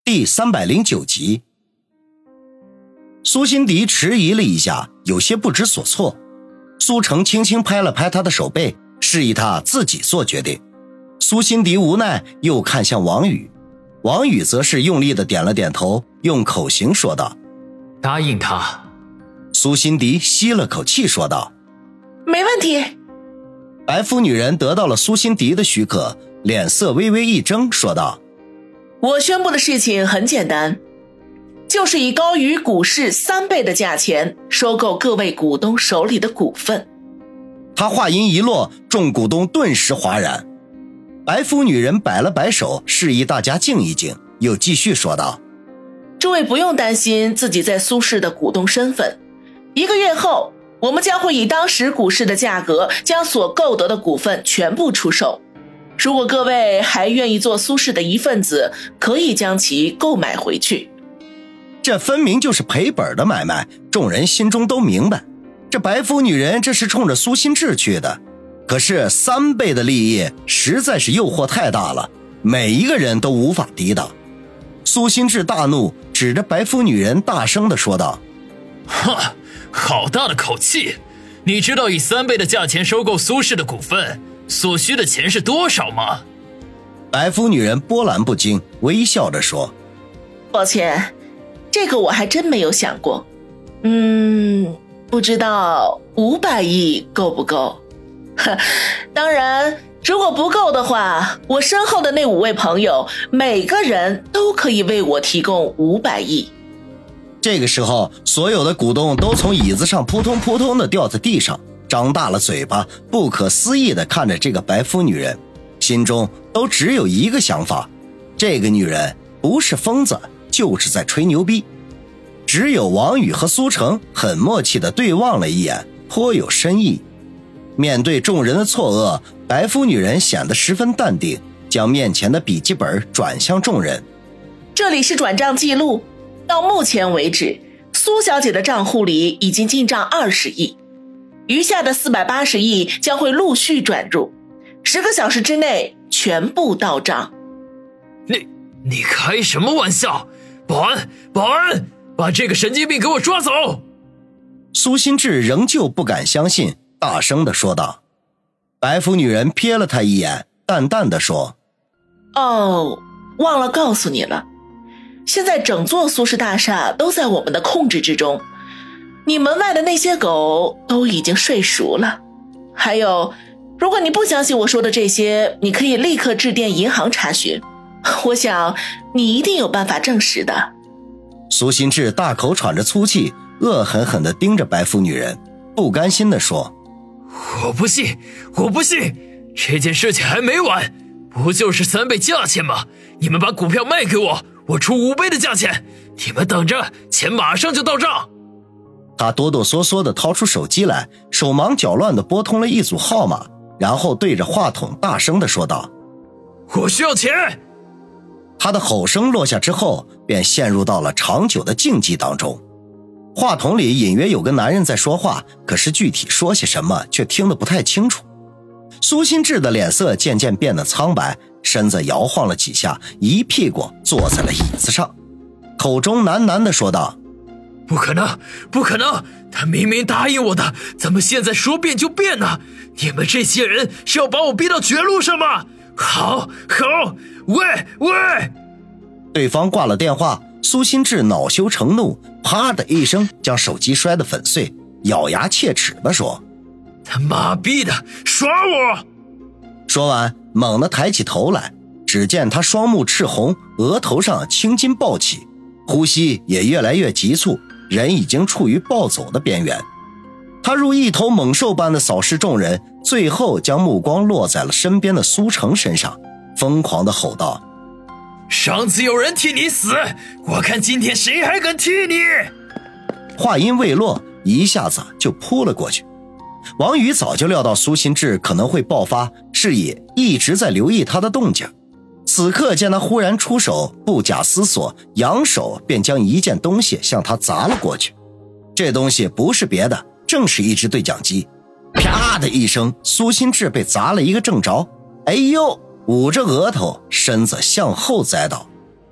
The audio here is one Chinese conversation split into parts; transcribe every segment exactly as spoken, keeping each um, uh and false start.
第三百零九集。苏辛迪迟疑了一下，有些不知所措。苏成轻轻拍了拍他的手背，示意他自己做决定。苏辛迪无奈又看向王宇，王宇则是用力地点了点头，用口型说道： 答应他。 苏辛迪吸了口气说道： 没问题。 白肤女人得到了苏辛迪的许可，脸色微微一怔，说道： 我宣布的事情很简单，就是以高于股市三倍的价钱收购各位股东手里的股份。 他话音一落，众股东顿时哗然。白肤女人摆了摆手，示意大家静一静，又继续说道： 诸位不用担心自己在苏氏的股东身份，一个月后我们将会以当时股市的价格将所购得的股份全部出售。如果各位还愿意做苏氏的一份子，可以将其购买回去。 这分明就是赔本的买卖，众人心中都明白，这白肤女人这是冲着苏辛志去的。可是三倍的利益实在是诱惑太大了，每一个人都无法抵挡。苏辛志大怒，指着白肤女人大声地说道： 哈，好大的口气！你知道以三倍的价钱收购苏氏的股份所需的钱是多少吗？ 白肤女人波澜不惊，微笑着说： 抱歉，这个我还真没有想过。嗯，不知道五百亿够不够？当然，如果不够的话，我身后的那五位朋友每个人都可以为我提供五百亿。 这个时候，所有的股东都从椅子上扑通扑通地掉在地上，张大了嘴巴，不可思议地看着这个白肤女人，心中都只有一个想法：这个女人不是疯子，就是在吹牛逼。只有王宇和苏成很默契地对望了一眼，颇有深意。面对众人的错愕，白肤女人显得十分淡定，将面前的笔记本转向众人： 这里是转账记录，到目前为止，苏小姐的账户里已经进账二十亿，余下的四百八十亿将会陆续转入，十个小时之内全部到账。 你你开什么玩笑？保安，保安，把这个神经病给我抓走！ 苏辛志仍旧不敢相信，大声地说道。白肤女人瞥了他一眼，淡淡地说： 哦，忘了告诉你了，现在整座苏氏大厦都在我们的控制之中，你门外的那些狗都已经睡熟了。还有，如果你不相信我说的这些，你可以立刻致电银行查询，我想你一定有办法证实的。 苏辛志大口喘着粗气，恶狠狠地盯着白肤女人，不甘心地说： 我不信，我不信，这件事情还没完，不就是三倍价钱吗？你们把股票卖给我，我出五倍的价钱，你们等着，钱马上就到账。 他哆哆嗦嗦地掏出手机来，手忙脚乱地拨通了一组号码，然后对着话筒大声地说道： 我需要钱。 他的吼声落下之后，便陷入到了长久的静寂当中。话筒里隐约有个男人在说话，可是具体说些什么却听得不太清楚。苏辛志的脸色渐渐变得苍白，身子摇晃了几下，一屁股坐在了椅子上，口中喃喃地说道： 不可能，不可能，他明明答应我的，怎么现在说变就变呢？你们这些人是要把我逼到绝路上吗？好，好，喂喂！ 对方挂了电话，苏辛志恼羞成怒，啪的一声将手机摔得粉碎，咬牙切齿地说： 他妈逼的，耍我！ 说完猛地抬起头来，只见他双目赤红，额头上青筋暴起，呼吸也越来越急促，人已经处于暴走的边缘。他如一头猛兽般的扫视众人，最后将目光落在了身边的苏成身上，疯狂地吼道： 上次有人替你死，我看今天谁还敢替你！ 话音未落，一下子就扑了过去。王宇早就料到苏辛志可能会爆发，是也一直在留意他的动静。此刻见他忽然出手，不假思索，扬手便将一件东西向他砸了过去。这东西不是别的，正是一只对讲机。啪的一声，苏辛志被砸了一个正着，哎呦，捂着额头，身子向后栽倒。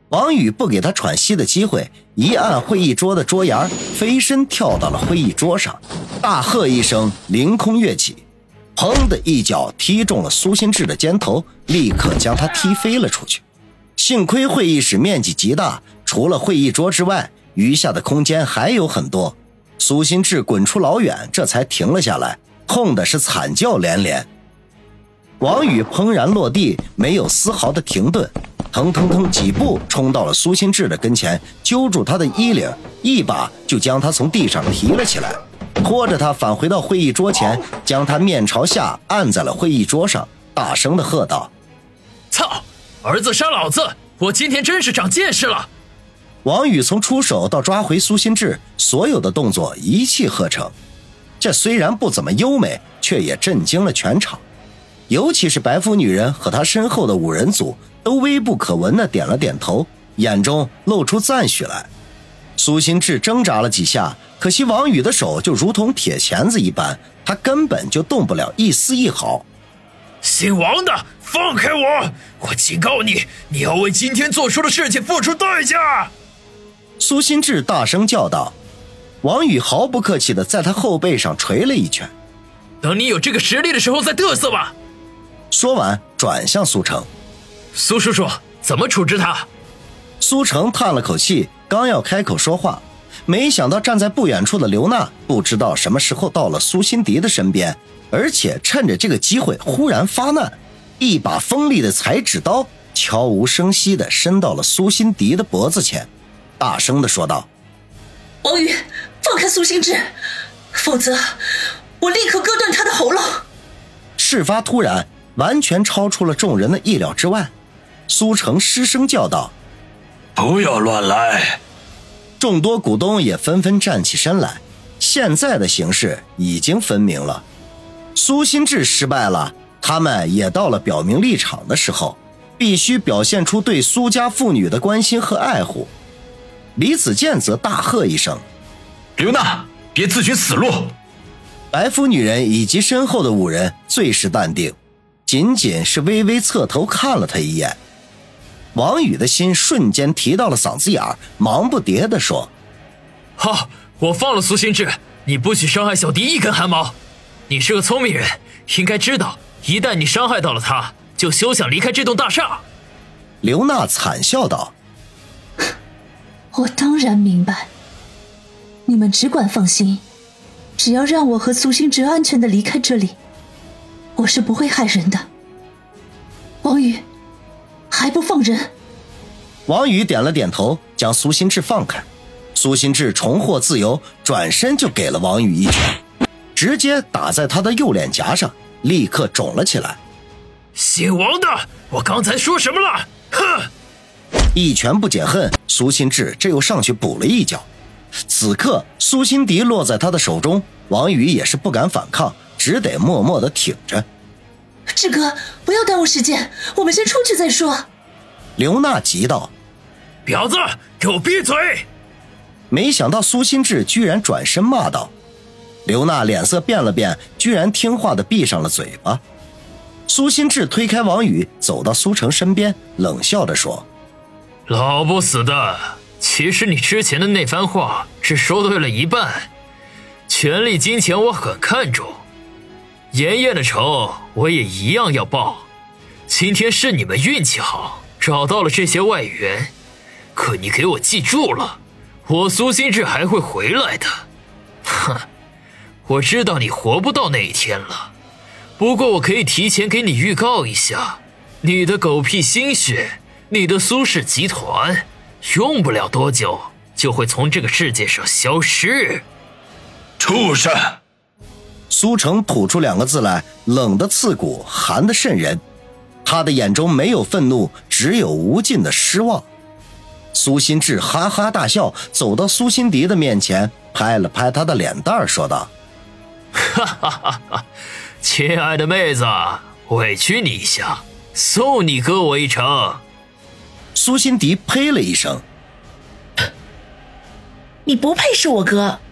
王宇不给他喘息的机会，一按会议桌的桌沿，飞身跳到了会议桌上，大喝一声，凌空跃起，砰的一脚踢中了苏新志的肩头，立刻将他踢飞了出去。幸亏会议室面积极大，除了会议桌之外，余下的空间还有很多。苏新志滚出老远，这才停了下来，痛的是惨叫连连。王宇砰然落地，没有丝毫的停顿，腾腾腾几步冲到了苏新志的跟前，揪住他的衣领，一把就将他从地上提了起来，拖着他返回到会议桌前，将他面朝下按在了会议桌上，大声地喝道： 操，儿子杀老子，我今天真是长见识了。 王宇从出手到抓回苏新志，所有的动作一气呵成，这虽然不怎么优美，却也震惊了全场。尤其是白肤女人和她身后的五人组都微不可闻地点了点头，眼中露出赞许来。苏新志挣扎了几下，可惜王宇的手就如同铁钳子一般，他根本就动不了一丝一毫。 姓王的，放开我！我警告你，你要为今天做出的事情付出代价！ 苏新志大声叫道。王宇毫不客气地在他后背上捶了一拳。 等你有这个实力的时候再嘚瑟吧。 说完转向苏成。 苏叔叔，怎么处置他？ 苏成叹了口气，刚要开口说话，没想到站在不远处的刘娜不知道什么时候到了苏辛迪的身边，而且趁着这个机会忽然发难，一把锋利的裁纸刀悄无声息地伸到了苏辛迪的脖子前，大声地说道： 王宇，放开苏新志，否则我立刻割断他的喉咙。 事发突然，完全超出了众人的意料之外。苏成失声叫道： 不要乱来。 众多股东也纷纷站起身来，现在的形势已经分明了，苏新志失败了，他们也到了表明立场的时候，必须表现出对苏家妇女的关心和爱护。李子健则大喝一声： 刘娜，别自寻死路！ 白肤女人以及身后的五人最是淡定，仅仅是微微侧头看了他一眼。王宇的心瞬间提到了嗓子眼儿，忙不迭地说： 好，我放了苏新志，你不许伤害小迪一根汗毛。你是个聪明人，应该知道一旦你伤害到了他，就休想离开这栋大厦。 刘娜惨笑道： 我当然明白，你们只管放心，只要让我和苏新志安全地离开这里，我是不会害人的。王宇，还不放人？ 王宇点了点头，将苏新志放开。苏新志重获自由，转身就给了王宇一拳，直接打在他的右脸颊上，立刻肿了起来。 姓王的，我刚才说什么了？哼！ 一拳不解恨，苏新志这又上去补了一脚。此刻苏辛迪落在他的手中，王宇也是不敢反抗，只得默默地挺着。 志哥，不要耽误时间，我们先出去再说。 刘娜急道： 婊子，给我闭嘴！ 没想到苏新志居然转身骂道。刘娜脸色变了变，居然听话地闭上了嘴巴。苏新志推开王宇，走到苏成身边，冷笑着说： 老不死的，其实你之前的那番话只说对了一半。权力金钱我很看重，妍妍的仇我也一样要报。今天是你们运气好，找到了这些外援，可你给我记住了，我苏新志还会回来的。哼，我知道你活不到那一天了，不过我可以提前给你预告一下，你的狗屁心血，你的苏氏集团，用不了多久就会从这个世界上消失。 畜生！ 苏成吐出两个字来，冷得刺骨，寒得渗人。他的眼中没有愤怒，只有无尽的失望。苏新志哈哈大笑，走到苏辛迪的面前，拍了拍他的脸蛋，说道： 哈哈哈哈，亲爱的妹子，委屈你一下，送你哥我一程。 苏辛迪呸了一声： 你不配是我哥。